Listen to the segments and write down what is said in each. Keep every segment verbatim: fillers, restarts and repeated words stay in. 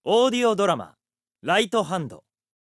オーディオドラマ「ライトハンド」。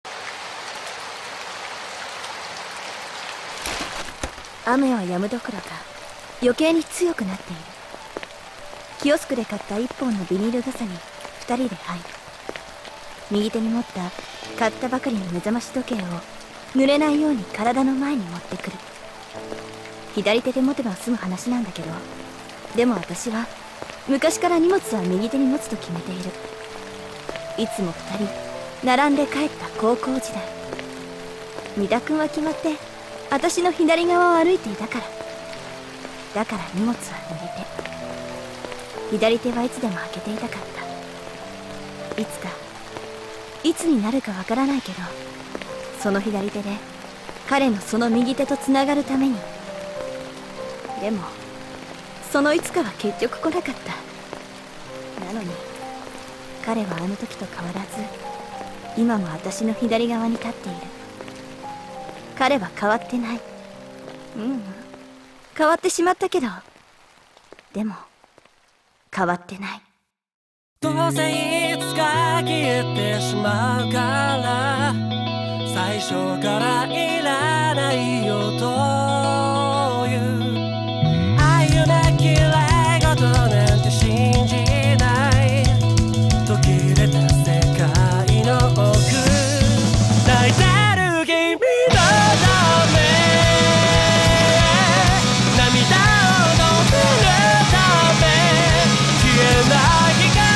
雨は止むどころか余計に強くなっている。キオスクで買った一本のビニール傘に二人で入る。右手に持った買ったばかりの目覚まし時計を濡れないように体の前に持ってくる。左手で持てば済む話なんだけど、でも私は昔から荷物は右手に持つと決めている。いつも二人並んで帰った高校時代、三田君は決まって私の左側を歩いていたから。だから荷物は右手、左手はいつでも開けていたかった。いつかいつになるかわからないけど、その左手で彼のその右手とつながるために。でもそのいつかは結局来なかった。なのに彼はあの時と変わらず今も私の左側に立っている。彼は変わってない。ううん変わってしまったけど、でも変わってない。 どうせいつか消えてしまうから最初からいらないよというああいうなきれいごとなんて信じない途切れた世界の奥泣いてる君のため涙を飲むため消えない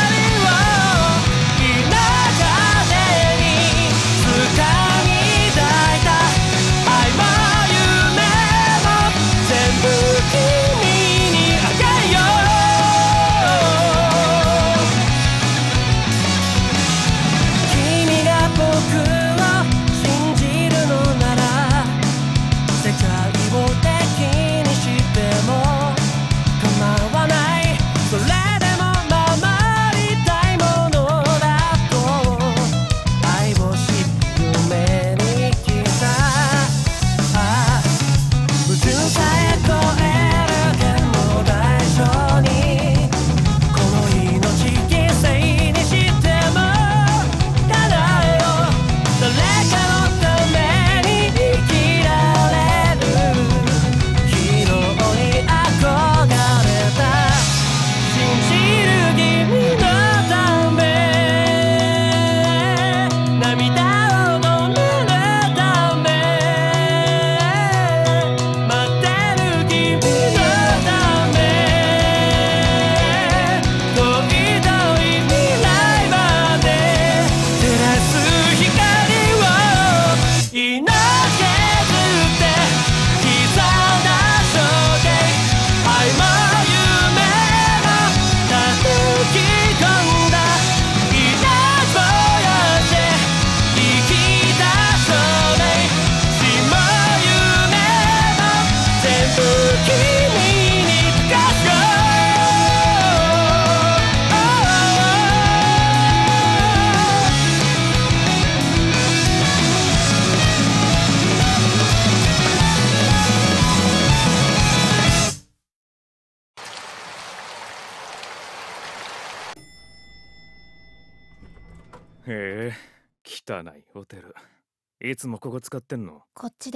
へえ、汚いホテル。いつもここ使ってんの？ こっちです。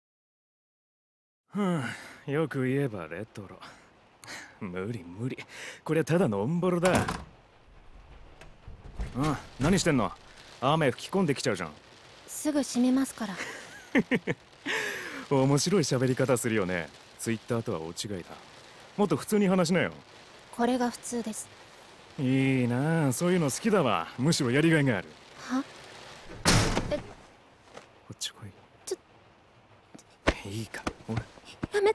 ふん、よく言えばレトロ。無理無理、こりゃただのオンボロだ。うん、何してんの？雨吹き込んできちゃうじゃん。 すぐ閉めますから。 面白い喋り方するよね。ツイッターとは大違いだ。もっと普通に話しなよ。 これが普通です。 いいなあ、そういうの好きだわ。むしろやりがいがある。 はえこっち来い。 ちょいいか、ほら。 やめ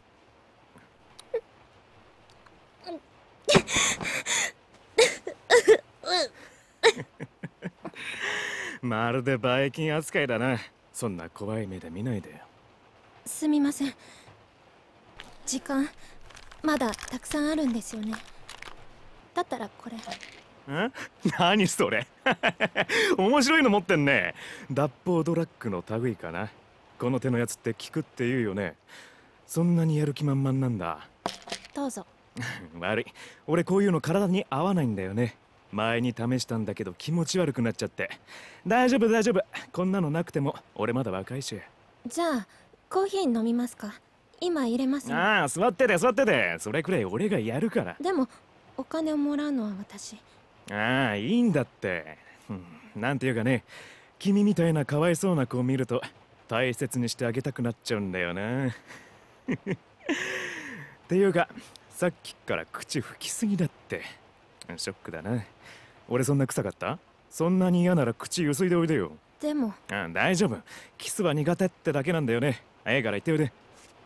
まるでバイキン扱いだな。そんな怖い目で見ないで。 すみません。時間まだたくさんあるんですよね。だったらこれ。 ん？何それ？面白いの持ってんね。脱法ドラッグの類かな。この手のやつって効くって言うよね。そんなにやる気満々なんだ。 どうぞ。 悪い、俺こういうの体に合わないんだよね。 前に試したんだけど気持ち悪くなっちゃって。大丈夫大丈夫、こんなのなくても俺まだ若いし。 じゃあコーヒー飲みますか？今入れますよ。 ああ、座ってて座ってて、それくらい俺がやるから。 でもお金をもらうのは私。 ああ、いいんだって、うん、なんていうかね、君みたいなかわいそうな子を見ると大切にしてあげたくなっちゃうんだよな。っていうかさっきから口拭きすぎだって。ショックだな。俺そんな臭かった？そんなに嫌なら口ゆすいでおいでよ。 でもああ、大丈夫、キスは苦手ってだけなんだよね。ええから言っておいで。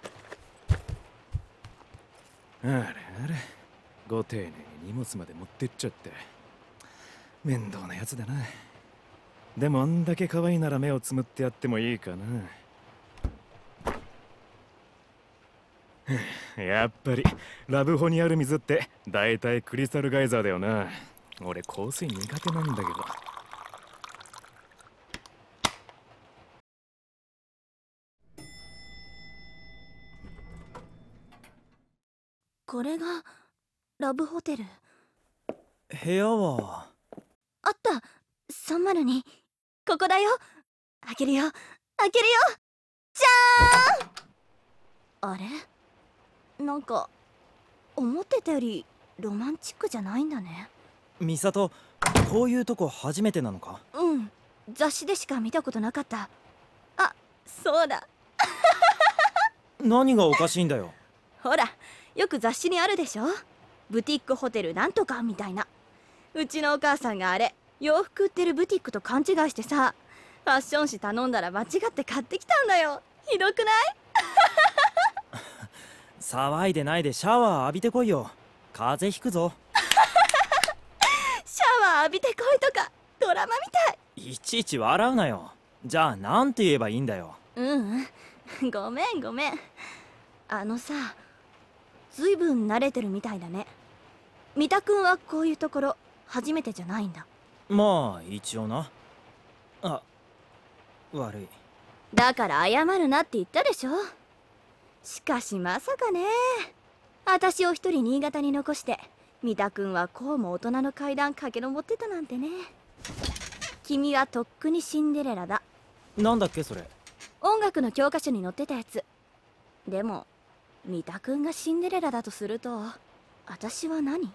あれあれ、ご丁寧に荷物まで持ってっちゃって面倒なやつだな。でもあんだけ可愛いなら目をつむってやってもいいかな。やっぱりラブホにある水って大体クリスタルガイザーだよな。俺香水苦手なんだけど。 これがラブホテル。 部屋はあった、さんまるに。ここだよ。開けるよ開けるよ。じゃーん。あれ、なんか思ってたよりロマンチックじゃないんだね。 美里、こういうとこ初めてなのか？ うん、雑誌でしか見たことなかった。あ、そうだ。 何がおかしいんだよ。 ほら、よく雑誌にあるでしょ、ブティックホテルなんとかみたいな。うちのお母さんがあれ洋服売ってるブティックと勘違いしてさ、ファッション誌頼んだら間違って買ってきたんだよ。ひどくない？ 騒いでないでシャワー浴びてこいよ。風邪ひくぞ。 シャワー浴びてこいとかドラマみたい。 いちいち笑うなよ。じゃあなんて言えばいいんだよ。 うん、うん、ごめんごめん。あのさ、ずいぶん慣れてるみたいだね。三田くんはこういうところ初めてじゃないんだ。 まあ一応な。あ、悪い。 だから謝るなって言ったでしょ。しかしまさかね、私を一人新潟に残して三田くんはこうも大人の階段駆け上ってたなんてね。君はとっくにシンデレラだ。 なんだっけそれ？ 音楽の教科書に載ってたやつ。でも三田くんがシンデレラだとすると私は何？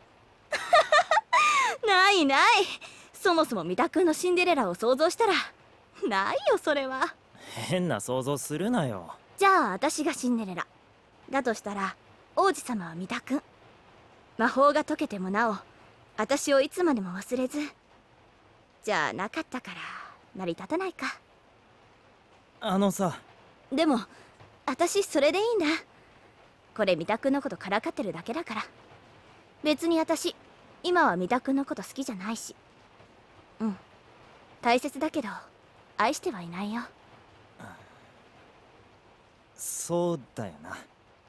ないない。そもそも三田くんのシンデレラを想像したらないよ、それは。 変な想像するなよ。 じゃあ私がシンデレラだとしたら、王子様は三田くん。魔法が解けてもなお私をいつまでも忘れずじゃなかったから成り立たないか。 あのさ。 でも私それでいいんだ。これ三田くんのことからかってるだけだから。別に私今は三田くんのこと好きじゃないし。うん、大切だけど愛してはいないよ。 そうだよな。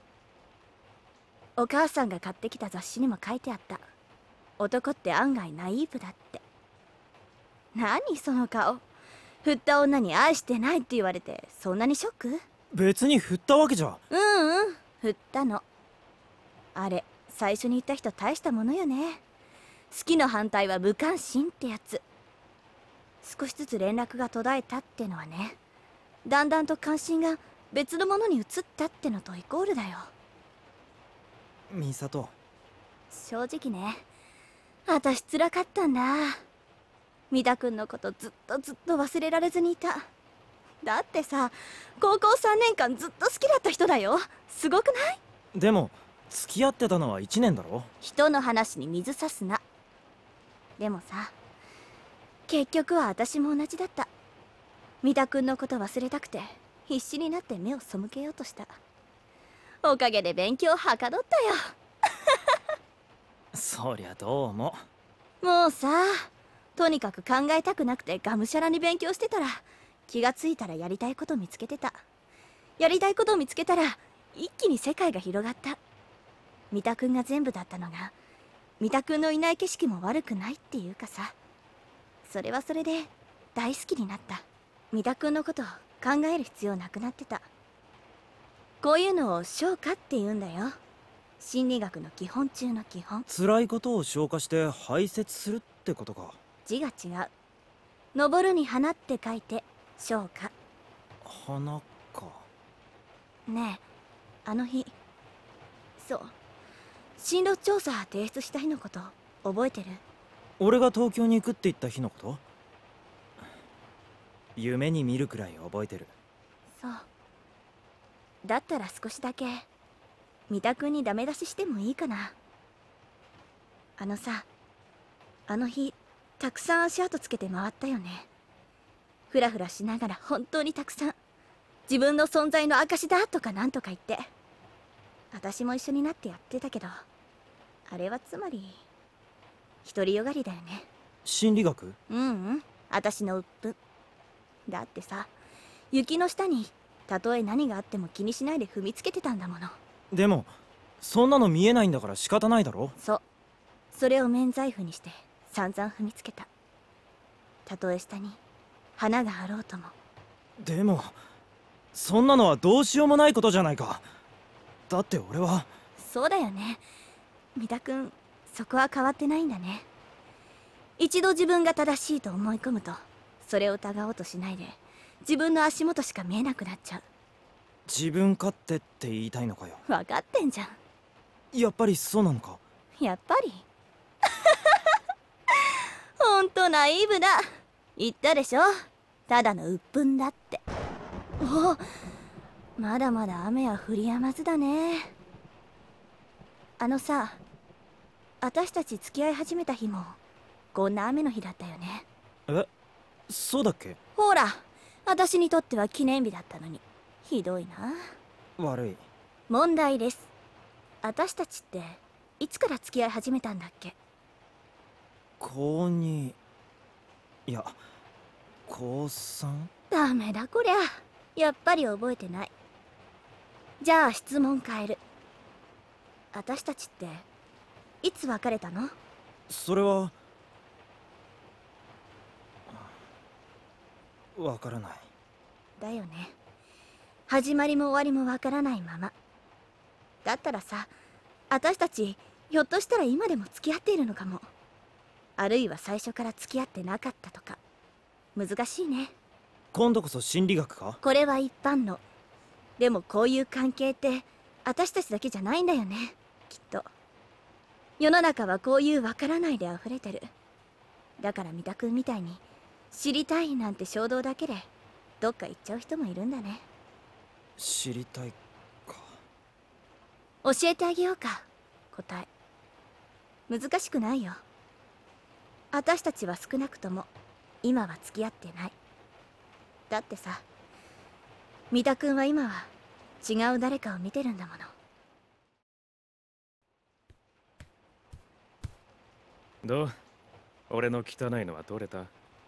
お母さんが買ってきた雑誌にも書いてあった。男って案外ナイーブだって。何その顔。振った女に愛してないって言われてそんなにショック？ 別に振ったわけじゃ。 うんうん、振ったの。あれ最初に言った人大したものよね。好きの反対は無関心ってやつ。少しずつ連絡が途絶えたってのはね、だんだんと関心が別のものに移ったってのとイコールだよ。 美里、 正直ね、私つらかったんだ。三田くんのことずっとずっと忘れられずにいた。だってさ、高校さんねんかんずっと好きだった人だよ。すごくない？ でも付き合ってたのはいちねんだろ。 人の話に水さすな。でもさ、結局は私も同じだった。三田くんのこと忘れたくて必死になって目を背けようとした。おかげで勉強はかどったよ。 そりゃどうも。 もうさ、とにかく考えたくなくてがむしゃらに勉強してたら、気がついたらやりたいこと見つけてた。やりたいことを見つけたら一気に世界が広がった。三田くんが全部だったのが、三田くんのいない景色も悪くないっていうかさ、それはそれで大好きになった。三田くんのこと考える必要なくなってた。こういうのを昇華って言うんだよ。 心理学の基本中の基本。 辛いことを消化して排泄するってことか。 字が違う。登るに花って書いて消化。 花か。 ねえ、あの日、そう、進路調査提出した日のこと覚えてる？ 俺が東京に行くって言った日のこと？夢に見るくらい覚えてる。 そう。だったら少しだけ三田君にダメ出ししてもいいかな。あのさ、あの日たくさん足跡つけて回ったよね。ふらふらしながら本当にたくさん、自分の存在の証だとかなんとか言って、私も一緒になってやってたけど、あれはつまり独りよがりだよね。 心理学？ うんうん、私の鬱憤だってさ、雪の下にたとえ何があっても気にしないで踏みつけてたんだもの。 でもそんなの見えないんだから仕方ないだろ。 そう、それを免罪符にして散々踏みつけた。たとえ下に花があろうとも。 でもそんなのはどうしようもないことじゃないか。だって俺は。 そうだよね、三田君、そこは変わってないんだね。一度自分が正しいと思い込むと、それを疑おうとしないで自分の足元しか見えなくなっちゃう。 自分勝手って言いたいのかよ。 分かってんじゃん。 やっぱりそうなのか。 やっぱりほんとナイーブだ。言ったでしょ、ただの鬱憤だって。お、まだまだ雨は降り止まずだね。あのさ、私たち付き合い始めた日もこんな雨の日だったよね。 え、そうだっけ？ ほら、私にとっては記念日だったのに。ひどいな。 悪い。 問題です。私たちっていつから付き合い始めたんだっけ？ 高に、いや高三？ ダメだこりゃ、やっぱり覚えてない。じゃあ質問変える。私たちっていつ別れたの？ それはわからない。 だよね、始まりも終わりもわからないまま。だったらさ、私たちひょっとしたら今でも付き合っているのかも。あるいは最初から付き合ってなかったとか。難しいね。 今度こそ心理学か？ これは一般の。でもこういう関係って私たちだけじゃないんだよね、きっと。世の中はこういうわからないで溢れてる。だから三田君みたいに知りたいなんて衝動だけでどっか行っちゃう人もいるんだね。 知りたいか。 教えてあげようか、答え。難しくないよ。私たちは少なくとも今は付き合ってない。だってさ、三田君は今は違う誰かを見てるんだもの。 どう？俺の汚いのは取れた？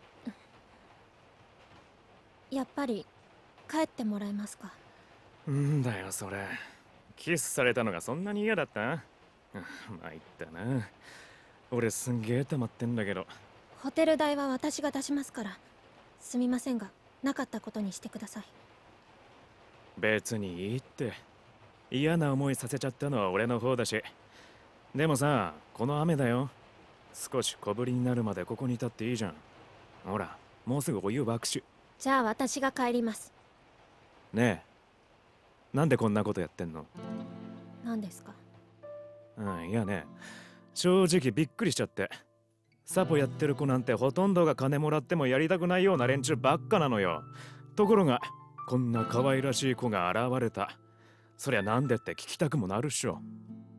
やっぱり帰ってもらえますか？ んだよそれ。キスされたのがそんなに嫌だった？まいったな。俺すんげえ溜まってんだけど。 ホテル代は私が出しますから、すみませんがなかったことにしてください。 別にいいって。嫌な思いさせちゃったのは俺の方だし。でもさ、この雨だよ。少し小ぶりになるまでここにいたっていいじゃん。ほら、もうすぐお湯沸くし。 じゃあ私が帰ります。 ねえ、なんでこんなことやってんの？ 何ですか？ うん、いやね、正直びっくりしちゃって。サポやってる子なんてほとんどが金もらってもやりたくないような連中ばっかなのよ。ところがこんな可愛らしい子が現れた。そりゃなんでって聞きたくもなるっしょ。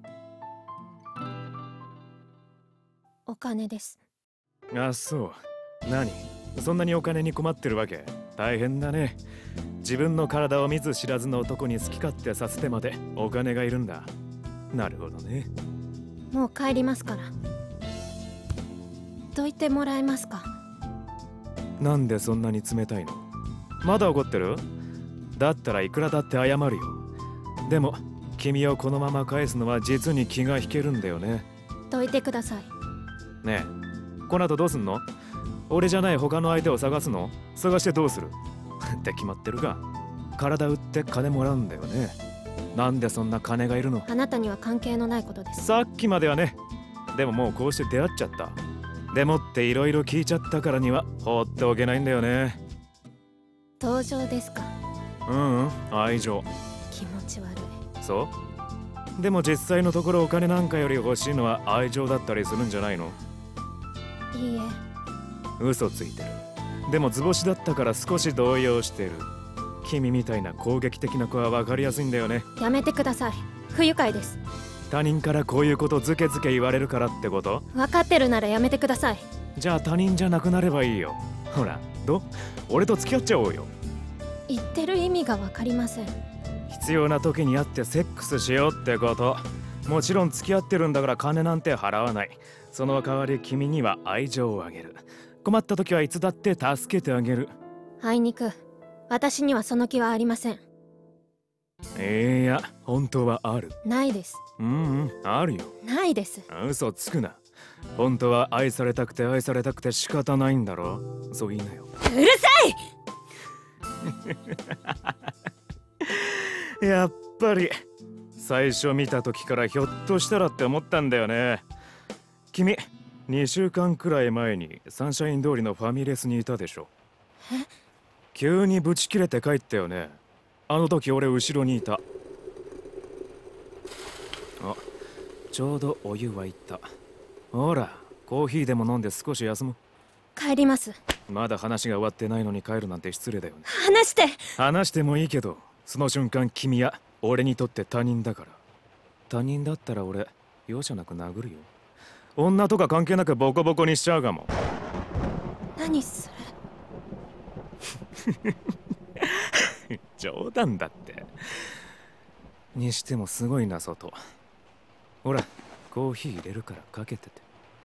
お金です。 あ、そう。何？そんなにお金に困ってるわけ？大変だね。自分の体を見ず知らずの男に好き勝手させてまでお金がいるんだ。なるほどね。 もう帰りますから。どいてもらえますか？ なんでそんなに冷たいの？まだ怒ってる？だったらいくらだって謝るよ。でも君をこのまま返すのは実に気が引けるんだよね。 どいてください。 ねえ、この後どうすんの？俺じゃない他の相手を探すの？探してどうするって決まってるが、体売って金もらうんだよね。 なんでそんな金がいるの？ あなたには関係のないことです。 さっきまではね。でももうこうして出会っちゃった。でもっていろいろ聞いちゃったからには放っておけないんだよね。 同情ですか？ うんうん、愛情。 気持ち悪い。 そう？でも実際のところお金なんかより欲しいのは愛情だったりするんじゃないの？ いいえ。 嘘ついてる。でも図星だったから少し動揺してる。君みたいな攻撃的な子は分かりやすいんだよね。 やめてください。不愉快です。 他人からこういうことズケズケ言われるからってこと？ 分かってるならやめてください。 じゃあ他人じゃなくなればいいよ。ほら、どう？俺と付き合っちゃおうよ。 言ってる意味が分かりません。 必要な時に会ってセックスしようってこと。もちろん付き合ってるんだから金なんて払わない。その代わり君には愛情をあげる。困った時はいつだって助けてあげる。 あいにく私にはその気はありません。 いや、本当はある。 ないです。 うんうん、あるよ。 ないです。 嘘つくな。本当は愛されたくて愛されたくて仕方ないんだろ。そう言いなよ。 うるさいやっぱり最初見た時からひょっとしたらって思ったんだよね。君にしゅうかんくらい前にサンシャイン通りのファミレスにいたでしょ。 え？ 急にブチ切れて帰ったよね。あの時俺後ろにいた。あ、ちょうどお湯沸いた。ほら、コーヒーでも飲んで少し休む。 帰ります。 まだ話が終わってないのに帰るなんて失礼だよね。 話して。 話してもいいけど、その瞬間君は俺にとって他人だから。他人だったら俺容赦なく殴るよ。女とか関係なくボコボコにしちゃうかも。 何それ？ 冗談だって。にしてもすごいな外。ほら、コーヒー入れるからかけてて。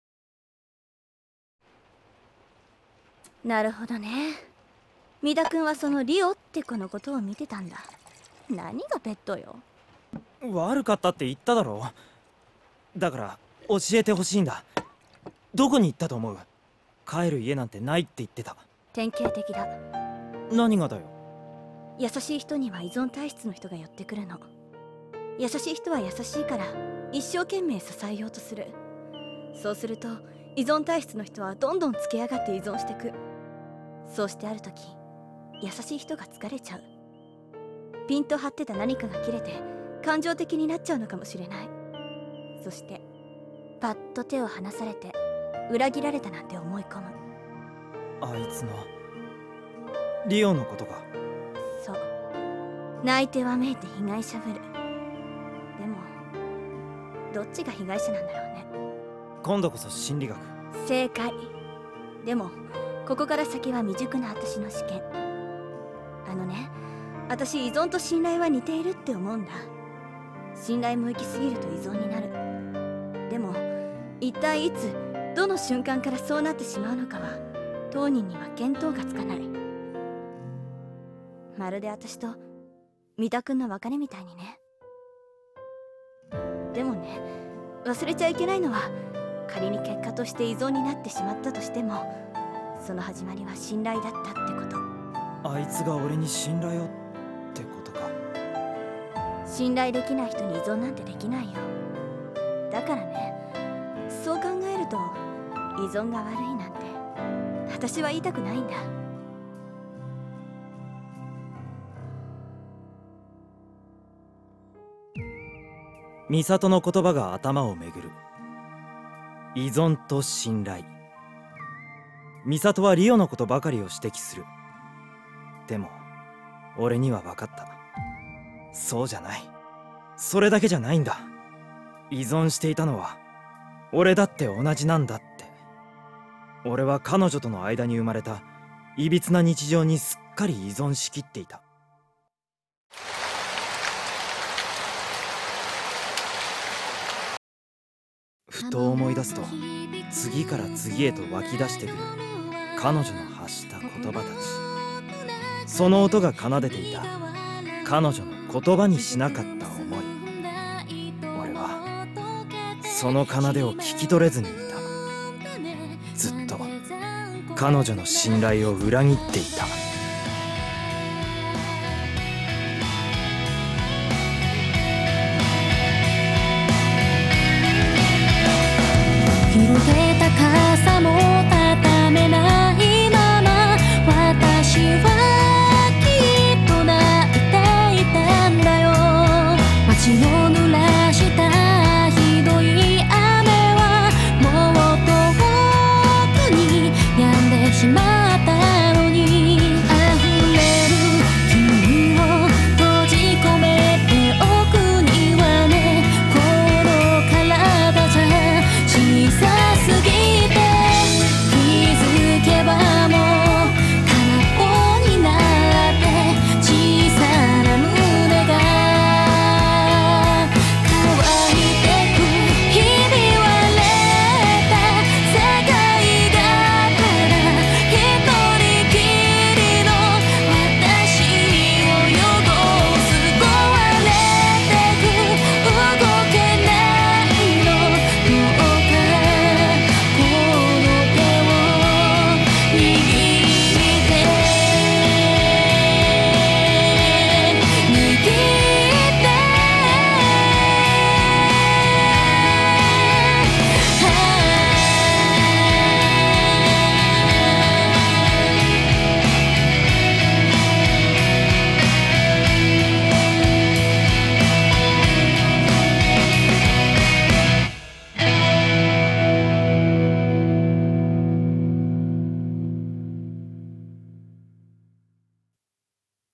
なるほどね。三田君はそのリオって子のことを見てたんだ。何がペットよ。 悪かったって言っただろ。だから教えてほしいんだ。どこに行ったと思う？帰る家なんてないって言ってた。 典型的だ。 何がだよ。 優しい人には依存体質の人が寄ってくるの。優しい人は優しいから一生懸命支えようとする。そうすると依存体質の人はどんどんつけ上がって依存してく。そうしてある時優しい人が疲れちゃう。ピンと張ってた何かが切れて感情的になっちゃうのかもしれない。そしてパッと手を離されて裏切られたなんて思い込む。 あいつのリオのことか。 そう、泣いてわめいて被害者ぶる。でもどっちが被害者なんだろうね。 今度こそ心理学。 正解。でもここから先は未熟な私の試験。あのね、私依存と信頼は似ているって思うんだ。信頼も行き過ぎると依存になる。でも一体いつどの瞬間からそうなってしまうのかは当人には見当がつかない。まるで私と三田君の別れみたいにね。でもね、忘れちゃいけないのは仮に結果として依存になってしまったとしてもその始まりは信頼だったってこと。 あいつが俺に信頼をってことか。 信頼できない人に依存なんてできないよ。だからね、そう考えると依存が悪いなんて私は言いたくないんだ。 美里の言葉が頭をめぐる。依存と信頼。美里はリオのことばかりを指摘する。でも俺には分かった。そうじゃない。それだけじゃないんだ。依存していたのは俺だって同じなんだって。俺は彼女との間に生まれたいびつな日常にすっかり依存しきっていた。ふと思い出すと次から次へと湧き出してくる彼女の発した言葉たち。その音が奏でていた彼女の言葉にしなかった思い。俺はその奏でを聞き取れずにいた。ずっと彼女の信頼を裏切っていた。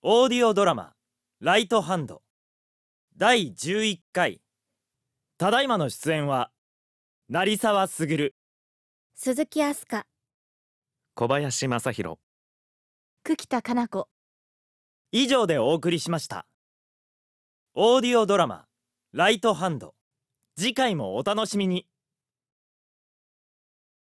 オーディオドラマ「ライトハンド」だいじゅういっかい。ただいまの出演は成沢卓、 鈴木飛鳥、 小林正弘。 久喜田かな子。 以上でお送りしました。オーディオドラマ「ライトハンド」、次回もお楽しみに。